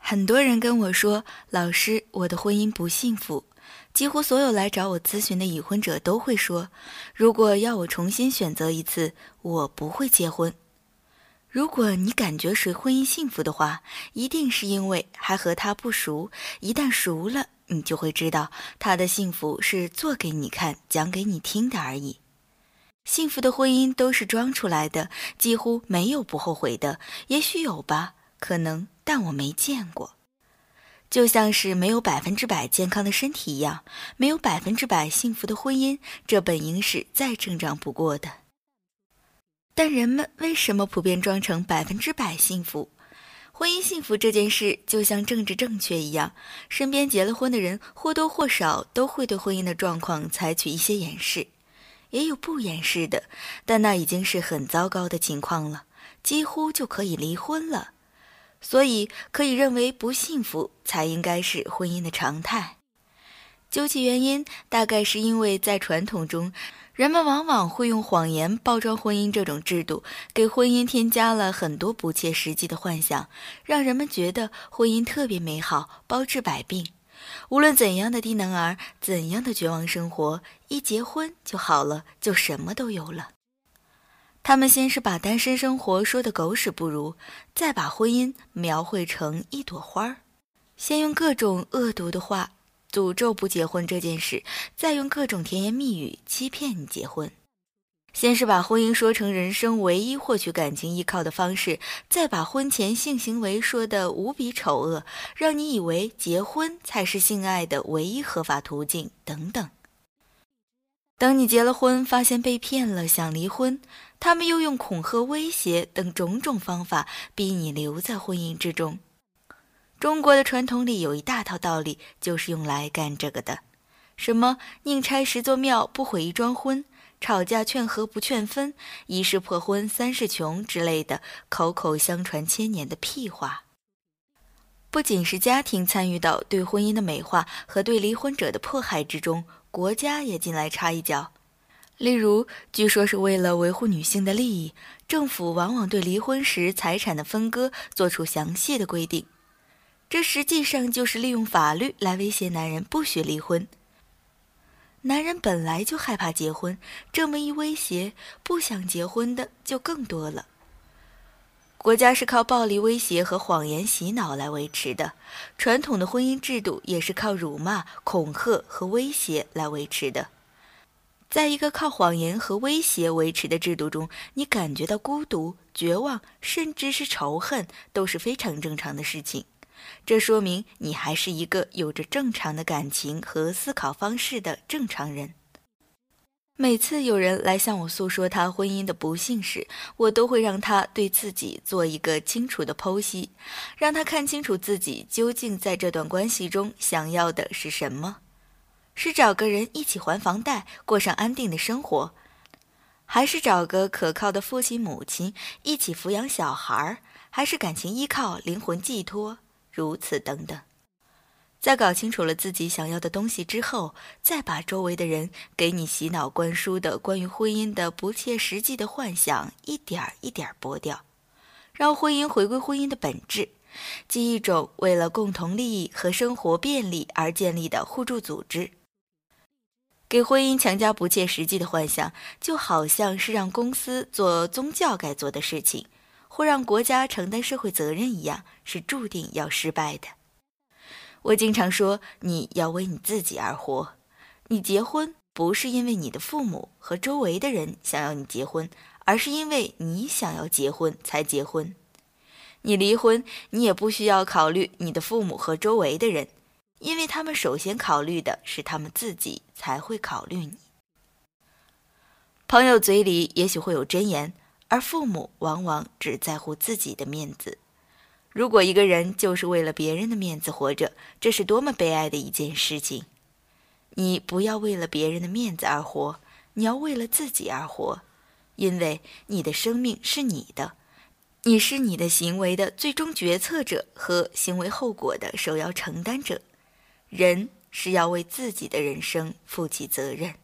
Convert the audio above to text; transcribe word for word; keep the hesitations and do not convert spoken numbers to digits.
很多人跟我说，老师，我的婚姻不幸福。几乎所有来找我咨询的已婚者都会说，如果要我重新选择一次，我不会结婚。如果你感觉谁婚姻幸福的话，一定是因为还和他不熟，一旦熟了，你就会知道他的幸福是做给你看，讲给你听的而已。幸福的婚姻都是装出来的，几乎没有不后悔的，也许有吧，可能，但我没见过。就像是没有百分之百健康的身体一样，没有百分之百幸福的婚姻，这本应是再正常不过的。但人们为什么普遍装成百分之百幸福？婚姻幸福这件事就像政治正确一样，身边结了婚的人或多或少都会对婚姻的状况采取一些掩饰，也有不掩饰的，但那已经是很糟糕的情况了，几乎就可以离婚了。所以可以认为不幸福才应该是婚姻的常态。究其原因，大概是因为在传统中，人们往往会用谎言包装婚姻这种制度，给婚姻添加了很多不切实际的幻想，让人们觉得婚姻特别美好，包治百病。无论怎样的低能儿，怎样的绝望生活，一结婚就好了，就什么都有了。他们先是把单身生活说得狗屎不如，再把婚姻描绘成一朵花，先用各种恶毒的话诅咒不结婚这件事，再用各种甜言蜜语欺骗你结婚。先是把婚姻说成人生唯一获取感情依靠的方式，再把婚前性行为说得无比丑恶，让你以为结婚才是性爱的唯一合法途径等等。等你结了婚，发现被骗了，想离婚，他们又用恐吓、威胁等种种方法逼你留在婚姻之中。中国的传统里有一大套道理，就是用来干这个的。什么宁拆十座庙，不毁一桩婚，吵架劝和不劝分，一世破婚三世穷之类的口口相传千年的屁话。不仅是家庭参与到对婚姻的美化和对离婚者的迫害之中，国家也进来插一脚。例如，据说是为了维护女性的利益，政府往往对离婚时财产的分割做出详细的规定。这实际上就是利用法律来威胁男人不许离婚。男人本来就害怕结婚，这么一威胁，不想结婚的就更多了。国家是靠暴力威胁和谎言洗脑来维持的，传统的婚姻制度也是靠辱骂、恐吓和威胁来维持的。在一个靠谎言和威胁维持的制度中，你感觉到孤独、绝望，甚至是仇恨，都是非常正常的事情。这说明你还是一个有着正常的感情和思考方式的正常人。每次有人来向我诉说他婚姻的不幸时，我都会让他对自己做一个清楚的剖析，让他看清楚自己究竟在这段关系中想要的是什么。是找个人一起还房贷，过上安定的生活，还是找个可靠的父亲母亲一起抚养小孩，还是感情依靠、灵魂寄托，如此等等。在搞清楚了自己想要的东西之后，再把周围的人给你洗脑灌输的关于婚姻的不切实际的幻想一点一点剥掉，让婚姻回归婚姻的本质，即一种为了共同利益和生活便利而建立的互助组织。给婚姻强加不切实际的幻想，就好像是让公司做宗教该做的事情，或让国家承担社会责任一样，是注定要失败的。我经常说，你要为你自己而活。你结婚不是因为你的父母和周围的人想要你结婚，而是因为你想要结婚才结婚。你离婚，你也不需要考虑你的父母和周围的人，因为他们首先考虑的是他们自己，才会考虑你。朋友嘴里也许会有真言，而父母往往只在乎自己的面子。如果一个人就是为了别人的面子活着，这是多么悲哀的一件事情。你不要为了别人的面子而活，你要为了自己而活，因为你的生命是你的，你是你的行为的最终决策者和行为后果的首要承担者。人是要为自己的人生负起责任。